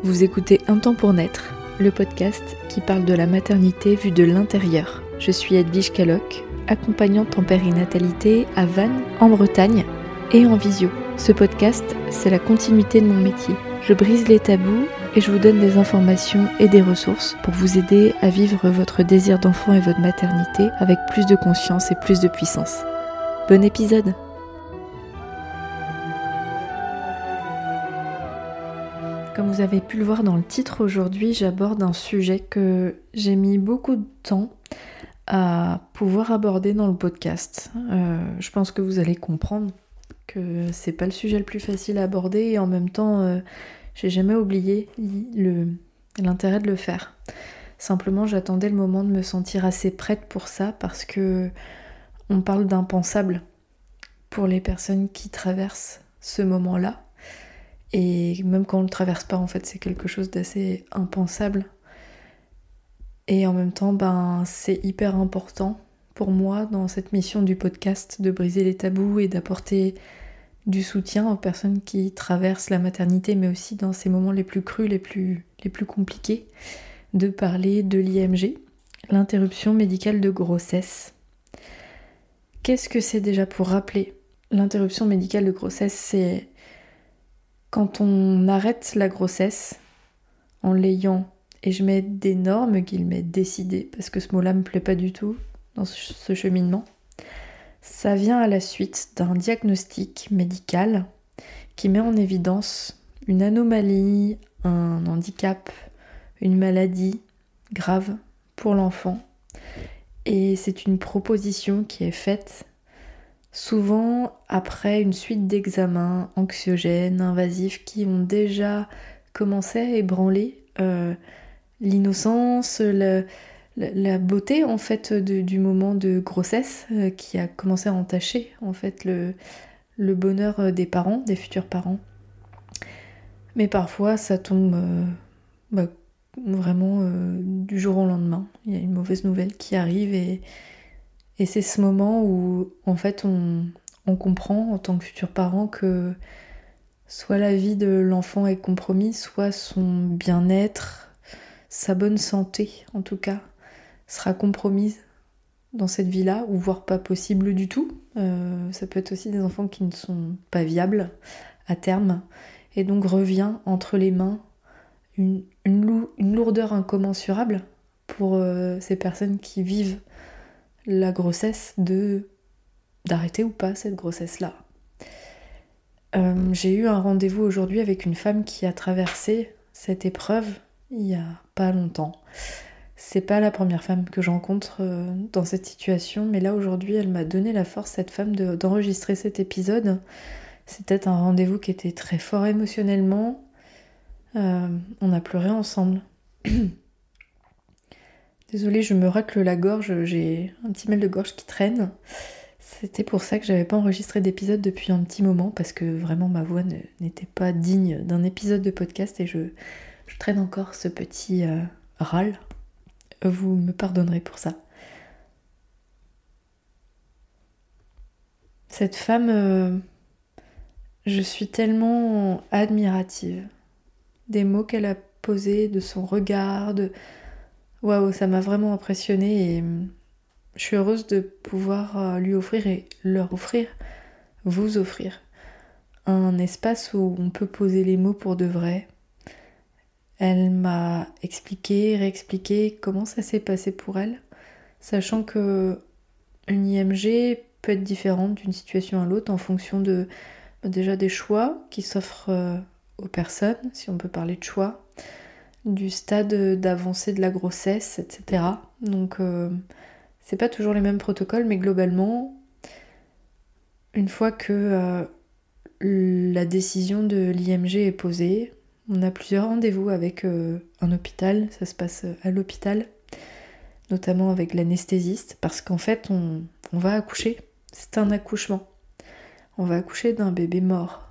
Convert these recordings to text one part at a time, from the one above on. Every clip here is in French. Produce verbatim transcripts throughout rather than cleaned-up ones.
Vous écoutez Un temps pour naître, le podcast qui parle de la maternité vue de l'intérieur. Je suis Edwige Caloc, accompagnante en périnatalité à Vannes, en Bretagne, et en visio. Ce podcast, c'est la continuité de mon métier. Je brise les tabous et je vous donne des informations et des ressources pour vous aider à vivre votre désir d'enfant et votre maternité avec plus de conscience et plus de puissance. Bon épisode! Comme vous avez pu le voir dans le titre, aujourd'hui j'aborde un sujet que j'ai mis beaucoup de temps à pouvoir aborder dans le podcast. Euh, je pense que vous allez comprendre que c'est pas le sujet le plus facile à aborder et en même temps euh, j'ai jamais oublié le, l'intérêt de le faire. Simplement j'attendais le moment de me sentir assez prête pour ça parce que on parle d'impensable pour les personnes qui traversent ce moment-là. Et même quand on ne le traverse pas, en fait, c'est quelque chose d'assez impensable. Et en même temps, ben, c'est hyper important pour moi dans cette mission du podcast de briser les tabous et d'apporter du soutien aux personnes qui traversent la maternité, mais aussi dans ces moments les plus crus, les plus, les plus compliqués, de parler de l'I M G, l'interruption médicale de grossesse. Qu'est-ce que c'est déjà pour rappeler ? L'interruption médicale de grossesse, c'est quand on arrête la grossesse en l'ayant, et je mets d'énormes guillemets, décidé, parce que ce mot-là me plaît pas du tout dans ce cheminement, ça vient à la suite d'un diagnostic médical qui met en évidence une anomalie, un handicap, une maladie grave pour l'enfant. Et c'est une proposition qui est faite souvent après une suite d'examens anxiogènes, invasifs, qui ont déjà commencé à ébranler euh, l'innocence, la, la, la beauté en fait de, du moment de grossesse euh, qui a commencé à entacher en fait le, le bonheur des parents, des futurs parents. Mais parfois ça tombe euh, bah, vraiment euh, du jour au lendemain. Il y a une mauvaise nouvelle qui arrive et Et c'est ce moment où, en fait, on, on comprend en tant que futur parent que soit la vie de l'enfant est compromise, soit son bien-être, sa bonne santé, en tout cas, sera compromise dans cette vie-là, ou voire pas possible du tout. Euh, ça peut être aussi des enfants qui ne sont pas viables à terme, et donc revient entre les mains une, une, lou- une lourdeur incommensurable pour euh, ces personnes qui vivent la grossesse, de d'arrêter ou pas cette grossesse-là. Euh, j'ai eu un rendez-vous aujourd'hui avec une femme qui a traversé cette épreuve il y a pas longtemps. C'est pas la première femme que je rencontre euh, dans cette situation, mais là aujourd'hui elle m'a donné la force, cette femme, de, d'enregistrer cet épisode. C'était un rendez-vous qui était très fort émotionnellement. Euh, on a pleuré ensemble. Désolée, je me racle la gorge, j'ai un petit mal de gorge qui traîne. C'était pour ça que j'avais pas enregistré d'épisode depuis un petit moment, parce que vraiment ma voix ne, n'était pas digne d'un épisode de podcast et je, je traîne encore ce petit euh, râle. Vous me pardonnerez pour ça. Cette femme, euh, je suis tellement admirative des mots qu'elle a posés, de son regard, de... Waouh, ça m'a vraiment impressionnée et je suis heureuse de pouvoir lui offrir et leur offrir, vous offrir, un espace où on peut poser les mots pour de vrai. Elle m'a expliqué, réexpliqué comment ça s'est passé pour elle, sachant que une I M G peut être différente d'une situation à l'autre en fonction de déjà des choix qui s'offrent aux personnes, si on peut parler de choix, du stade d'avancée de la grossesse, et cetera. Donc euh, c'est pas toujours les mêmes protocoles, mais globalement, une fois que euh, la décision de l'I M G est posée, on a plusieurs rendez-vous avec euh, un hôpital, ça se passe à l'hôpital, notamment avec l'anesthésiste, parce qu'en fait on, on va accoucher, c'est un accouchement. On va accoucher d'un bébé mort.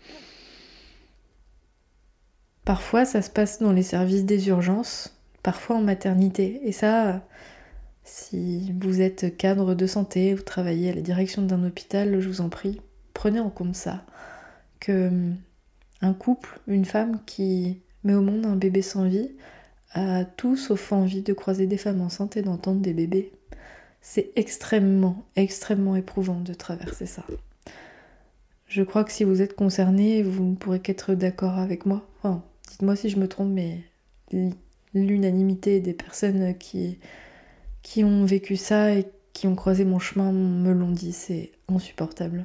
Parfois, ça se passe dans les services des urgences, parfois en maternité. Et ça, si vous êtes cadre de santé, vous travaillez à la direction d'un hôpital, je vous en prie, prenez en compte ça. Que un couple, une femme qui met au monde un bébé sans vie a tout sauf envie de croiser des femmes enceintes et d'entendre des bébés. C'est extrêmement, extrêmement éprouvant de traverser ça. Je crois que si vous êtes concerné, vous ne pourrez qu'être d'accord avec moi. Enfin, dites-moi si je me trompe, mais l'unanimité des personnes qui, qui ont vécu ça et qui ont croisé mon chemin me l'ont dit, c'est insupportable.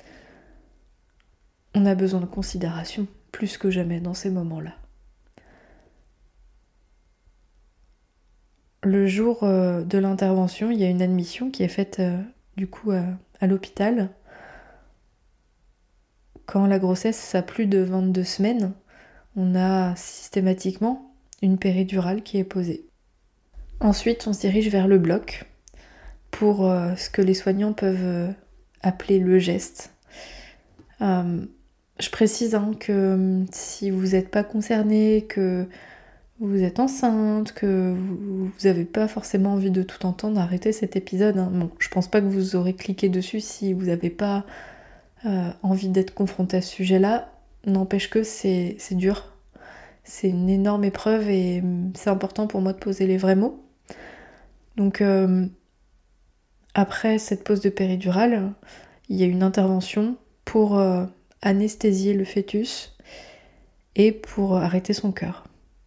On a besoin de considération, plus que jamais dans ces moments-là. Le jour euh, de l'intervention, il y a une admission qui est faite euh, du coup euh, à l'hôpital. Quand la grossesse a plus de vingt-deux semaines, on a systématiquement une péridurale qui est posée. Ensuite, on se dirige vers le bloc pour euh, ce que les soignants peuvent euh, appeler le geste. Euh, je précise hein, que si vous n'êtes pas concerné, que vous êtes enceinte, que vous n'avez pas forcément envie de tout entendre, arrêtez cet épisode. Hein. Bon, je pense pas que vous aurez cliqué dessus si vous n'avez pas euh, envie d'être confronté à ce sujet-là. N'empêche que c'est, c'est dur. C'est une énorme épreuve et c'est important pour moi de poser les vrais mots. Donc euh, après cette pose de péridurale, il y a une intervention pour euh, anesthésier le fœtus et pour arrêter son cœur.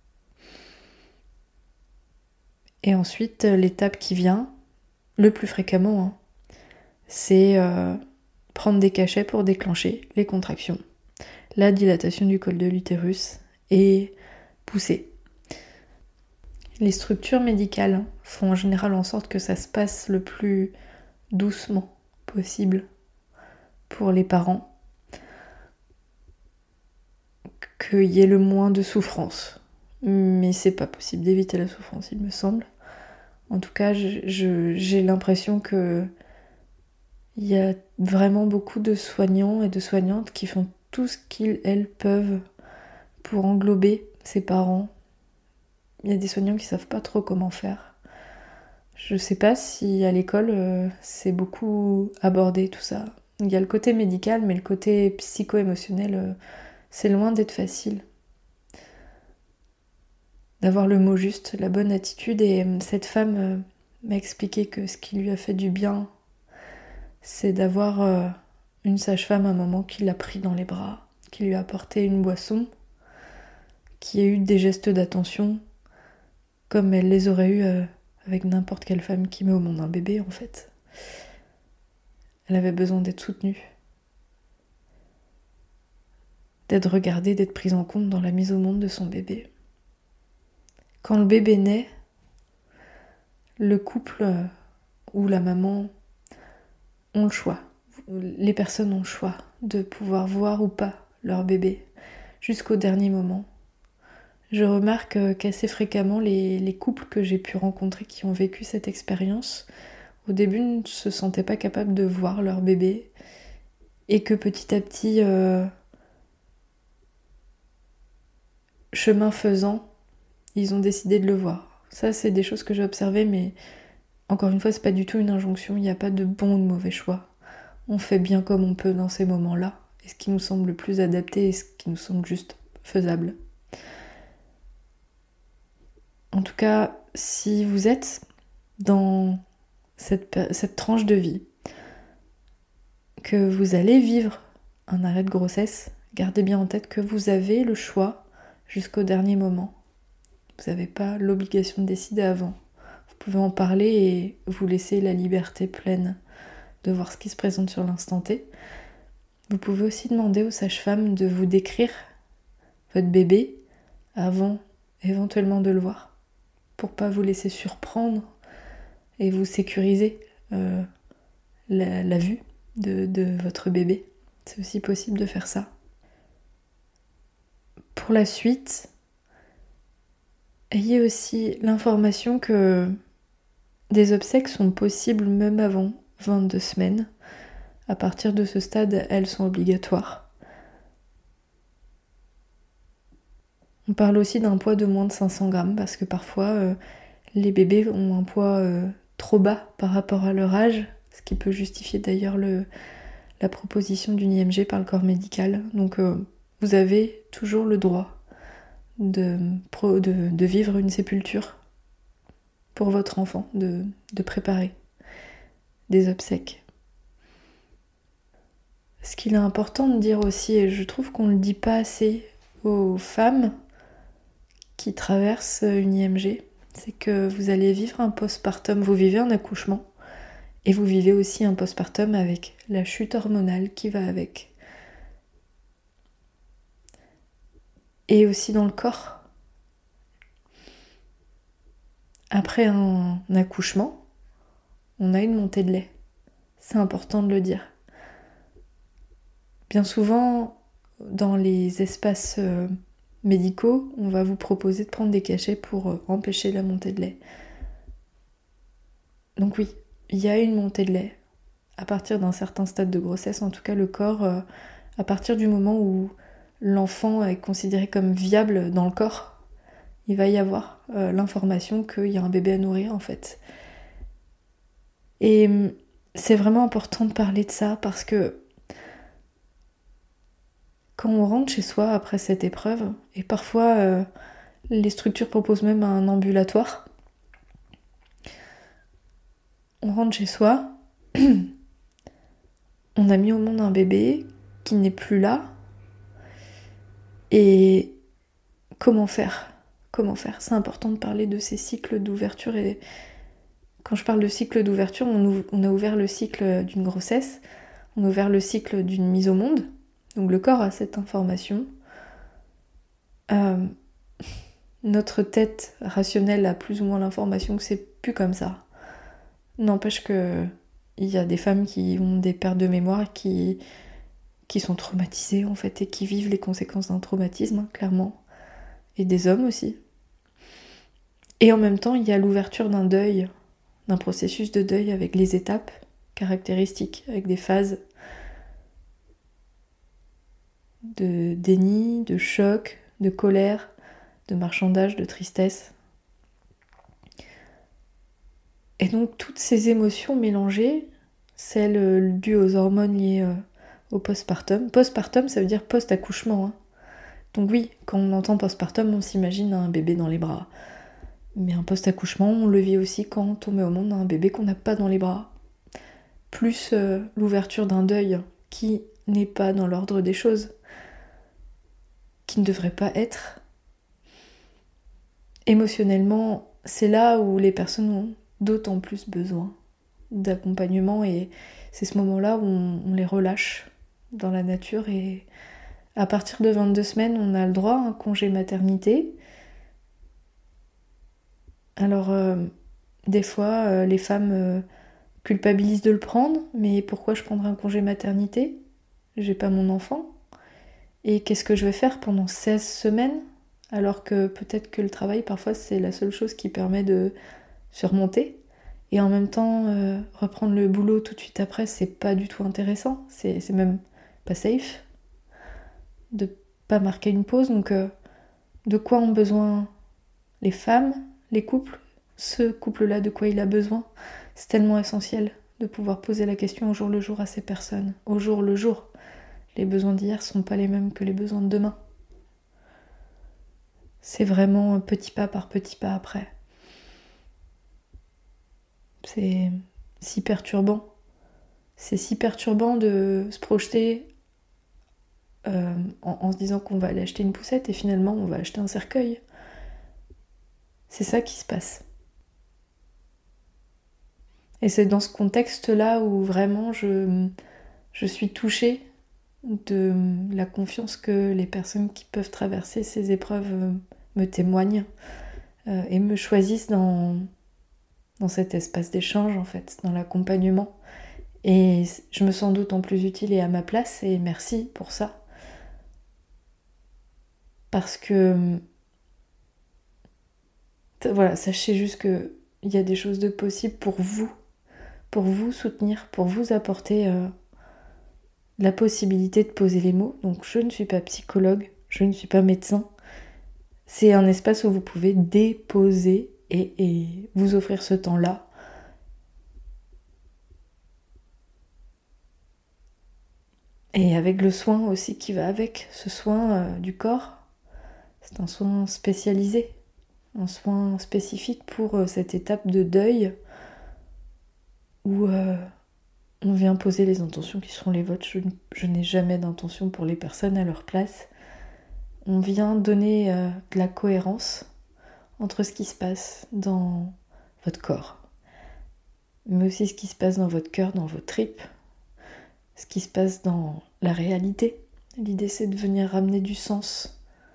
Et ensuite, l'étape qui vient, le plus fréquemment, hein, c'est euh, prendre des cachets pour déclencher les contractions, la dilatation du col de l'utérus et pousser. Les structures médicales font en général en sorte que ça se passe le plus doucement possible pour les parents, qu'il y ait le moins de souffrance. Mais c'est pas possible d'éviter la souffrance, il me semble. En tout cas, je, je, j'ai l'impression que il y a vraiment beaucoup de soignants et de soignantes qui font tout ce qu'ils, elles, peuvent pour englober ces parents. Il y a des soignants qui savent pas trop comment faire. Je sais pas si à l'école, euh, c'est beaucoup abordé tout ça. Il y a le côté médical, mais le côté psycho-émotionnel, euh, c'est loin d'être facile. D'avoir le mot juste, la bonne attitude. Et cette femme euh, m'a expliqué que ce qui lui a fait du bien, c'est d'avoir euh, une sage-femme à un moment qui l'a pris dans les bras, qui lui a apporté une boisson, qui a eu des gestes d'attention, comme elle les aurait eus euh, avec n'importe quelle femme qui met au monde un bébé, en fait. Elle avait besoin d'être soutenue, d'être regardée, d'être prise en compte dans la mise au monde de son bébé. Quand le bébé naît, le couple euh, ou la maman ont le choix. Les personnes ont le choix de pouvoir voir ou pas leur bébé jusqu'au dernier moment. Je remarque euh, qu'assez fréquemment, les, les couples que j'ai pu rencontrer qui ont vécu cette expérience, au début ne se sentaient pas capables de voir leur bébé et que petit à petit, euh, chemin faisant, ils ont décidé de le voir. Ça, c'est des choses que j'ai observées, mais encore une fois, c'est pas du tout une injonction, il n'y a pas de bon ou de mauvais choix. On fait bien comme on peut dans ces moments-là, et ce qui nous semble le plus adapté et ce qui nous semble juste faisable. En tout cas, si vous êtes dans cette, cette tranche de vie, que vous allez vivre un arrêt de grossesse, gardez bien en tête que vous avez le choix jusqu'au dernier moment. Vous n'avez pas l'obligation de décider avant. Vous pouvez en parler et vous laisser la liberté pleine de voir ce qui se présente sur l'instant T. Vous pouvez aussi demander aux sages-femmes de vous décrire votre bébé avant éventuellement de le voir, pour pas vous laisser surprendre et vous sécuriser euh, la, la vue de, de votre bébé. C'est aussi possible de faire ça. Pour la suite, ayez aussi l'information que des obsèques sont possibles même avant vingt-deux semaines. À partir de ce stade, elles sont obligatoires. On parle aussi d'un poids de moins de cinq cents grammes parce que parfois euh, les bébés ont un poids euh, trop bas par rapport à leur âge, ce qui peut justifier d'ailleurs le, la proposition d'une I M G par le corps médical. Donc euh, vous avez toujours le droit de, de, de vivre une sépulture pour votre enfant, de, de préparer des obsèques. Ce qu'il est important de dire aussi, et je trouve qu'on ne le dit pas assez aux femmes qui traversent une I M G, c'est que vous allez vivre un postpartum, vous vivez un accouchement, et vous vivez aussi un postpartum avec la chute hormonale qui va avec. Et aussi dans le corps. Après un accouchement, on a une montée de lait. C'est important de le dire. Bien souvent, dans les espaces euh, médicaux, on va vous proposer de prendre des cachets pour euh, empêcher la montée de lait. Donc oui, il y a une montée de lait. À partir d'un certain stade de grossesse, en tout cas le corps, euh, à partir du moment où l'enfant est considéré comme viable dans le corps, il va y avoir euh, l'information qu'il y a un bébé à nourrir en fait. Et c'est vraiment important de parler de ça parce que quand on rentre chez soi après cette épreuve, et parfois euh, les structures proposent même un ambulatoire, on rentre chez soi, on a mis au monde un bébé qui n'est plus là, et comment faire ? Comment faire ? C'est important de parler de ces cycles d'ouverture. Et quand je parle de cycle d'ouverture, on, on a ouvert le cycle d'une grossesse, on a ouvert le cycle d'une mise au monde. Donc le corps a cette information. Euh, notre tête rationnelle a plus ou moins l'information que c'est plus comme ça. N'empêche que il y a des femmes qui ont des pertes de mémoire et qui, qui sont traumatisées en fait et qui vivent les conséquences d'un traumatisme, hein, clairement. Et des hommes aussi. Et en même temps, il y a l'ouverture d'un deuil, d'un processus de deuil avec les étapes caractéristiques, avec des phases de déni, de choc, de colère, de marchandage, de tristesse. Et donc toutes ces émotions mélangées, celles dues aux hormones liées au postpartum. Postpartum, ça veut dire post-accouchement. Hein. Donc oui, quand on entend postpartum, on s'imagine un bébé dans les bras. Mais un post-accouchement, on le vit aussi quand on met au monde un bébé qu'on n'a pas dans les bras. Plus euh, l'ouverture d'un deuil qui n'est pas dans l'ordre des choses, qui ne devrait pas être. Émotionnellement, c'est là où les personnes ont d'autant plus besoin d'accompagnement et c'est ce moment-là où on, on les relâche dans la nature et à partir de vingt-deux semaines, on a le droit à un congé maternité. Alors, euh, des fois, euh, les femmes euh, culpabilisent de le prendre, mais pourquoi je prendrais un congé maternité ? J'ai pas mon enfant. Et qu'est-ce que je vais faire pendant seize semaines ? Alors que peut-être que le travail, parfois, c'est la seule chose qui permet de surmonter. Et en même temps, euh, reprendre le boulot tout de suite après, c'est pas du tout intéressant. C'est, c'est même pas safe de pas marquer une pause. Donc, euh, de quoi ont besoin les femmes, les couples ? Ce couple-là, de quoi il a besoin ? C'est tellement essentiel de pouvoir poser la question au jour le jour à ces personnes. Au jour le jour. Les besoins d'hier sont pas les mêmes que les besoins de demain. C'est vraiment petit pas par petit pas après. C'est si perturbant. C'est si perturbant de se projeter euh, en, en se disant qu'on va aller acheter une poussette et finalement on va acheter un cercueil. C'est ça qui se passe. Et c'est dans ce contexte-là où vraiment je, je suis touchée de la confiance que les personnes qui peuvent traverser ces épreuves me témoignent euh, et me choisissent dans, dans cet espace d'échange en fait, dans l'accompagnement. Et je me sens d'autant plus utile et à ma place et merci pour ça. Parce que voilà, sachez juste qu'il y a des choses de possibles pour vous, pour vous soutenir, pour vous apporter euh, la possibilité de poser les mots. Donc je ne suis pas psychologue, je ne suis pas médecin. C'est un espace où vous pouvez déposer et, et vous offrir ce temps-là. Et avec le soin aussi qui va avec, ce soin euh, du corps, C'est un soin spécialisé, un soin spécifique pour euh, cette étape de deuil où euh, on vient poser les intentions qui seront les vôtres. Je, je n'ai jamais d'intention pour les personnes à leur place. On vient donner euh, de la cohérence entre ce qui se passe dans votre corps, mais aussi ce qui se passe dans votre cœur, dans vos tripes, ce qui se passe dans la réalité. L'idée, c'est de venir ramener du sens.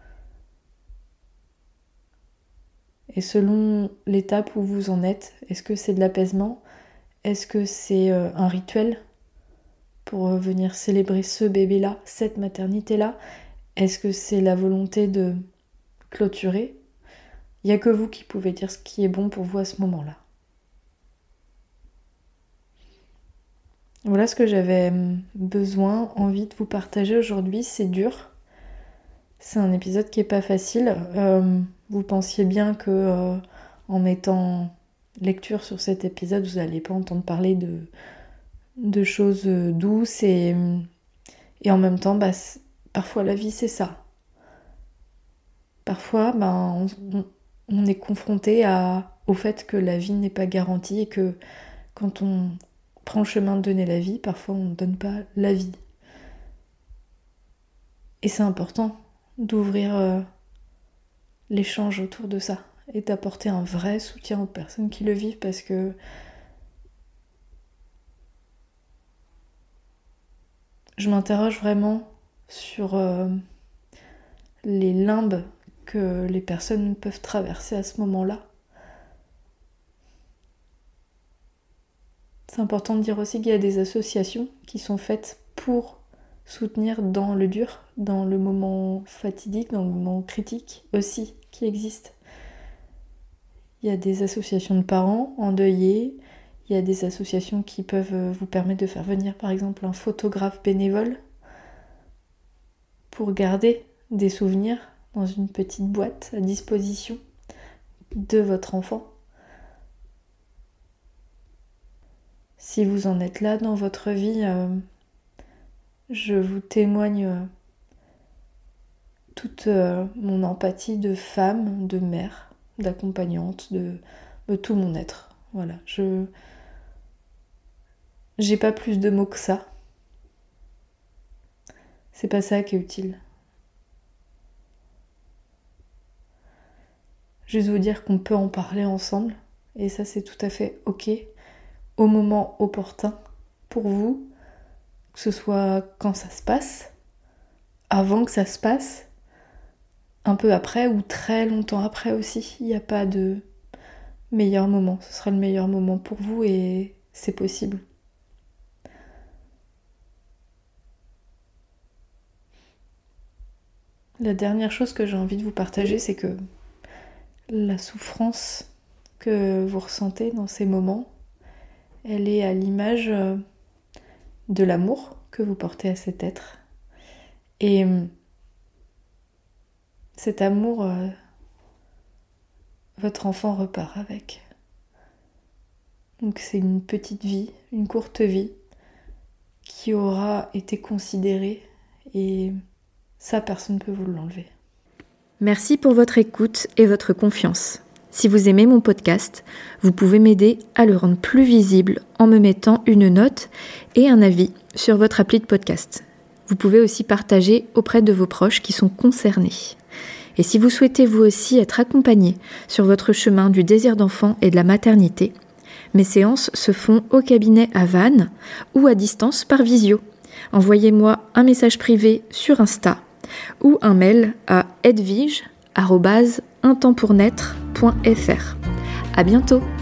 Et selon l'étape où vous en êtes, est-ce que c'est de l'apaisement ? Est-ce que c'est euh, un rituel pour euh, venir célébrer ce bébé-là, cette maternité-là ? Est-ce que c'est la volonté de clôturer ? Il n'y a que vous qui pouvez dire ce qui est bon pour vous à ce moment-là. Voilà ce que j'avais besoin, envie de vous partager aujourd'hui. C'est dur. C'est un épisode qui est pas facile. Euh, vous pensiez bien que euh, en mettant lecture sur cet épisode, vous n'allez pas entendre parler de, de choses douces et, et en même temps, bah, parfois la vie c'est ça. Parfois, bah, on, on, on est confronté à, au fait que la vie n'est pas garantie et que quand on prend le chemin de donner la vie, parfois on ne donne pas la vie. Et c'est important d'ouvrir euh, l'échange autour de ça et d'apporter un vrai soutien aux personnes qui le vivent, parce que je m'interroge vraiment sur euh, les limbes que les personnes peuvent traverser à ce moment-là. C'est important de dire aussi qu'il y a des associations qui sont faites pour soutenir dans le dur, dans le moment fatidique, dans le moment critique aussi, qui existent. Il y a des associations de parents endeuillés, il y a des associations qui peuvent vous permettre de faire venir par exemple un photographe bénévole pour garder des souvenirs dans une petite boîte à disposition de votre enfant. Si vous en êtes là dans votre vie, euh, je vous témoigne euh, toute euh, mon empathie de femme, de mère, d'accompagnante, de, de tout mon être. Voilà, je j'ai pas plus de mots que ça. C'est pas ça qui est utile. Juste vous dire qu'on peut en parler ensemble, et ça c'est tout à fait ok, au moment opportun pour vous, que ce soit quand ça se passe, avant que ça se passe, un peu après ou très longtemps après aussi. Il n'y a pas de meilleur moment, ce sera le meilleur moment pour vous et c'est possible. La dernière chose que j'ai envie de vous partager, c'est que la souffrance que vous ressentez dans ces moments, elle est à l'image de l'amour que vous portez à cet être. Et cet amour, euh, votre enfant repart avec. Donc c'est une petite vie, une courte vie, qui aura été considérée, et ça, personne ne peut vous l'enlever. Merci pour votre écoute et votre confiance. Si vous aimez mon podcast, vous pouvez m'aider à le rendre plus visible en me mettant une note et un avis sur votre appli de podcast. Vous pouvez aussi partager auprès de vos proches qui sont concernés. Et si vous souhaitez vous aussi être accompagné sur votre chemin du désir d'enfant et de la maternité, mes séances se font au cabinet à Vannes ou à distance par visio. Envoyez-moi un message privé sur Insta ou un mail à edwige arobase un temps pour naître point f r. À bientôt!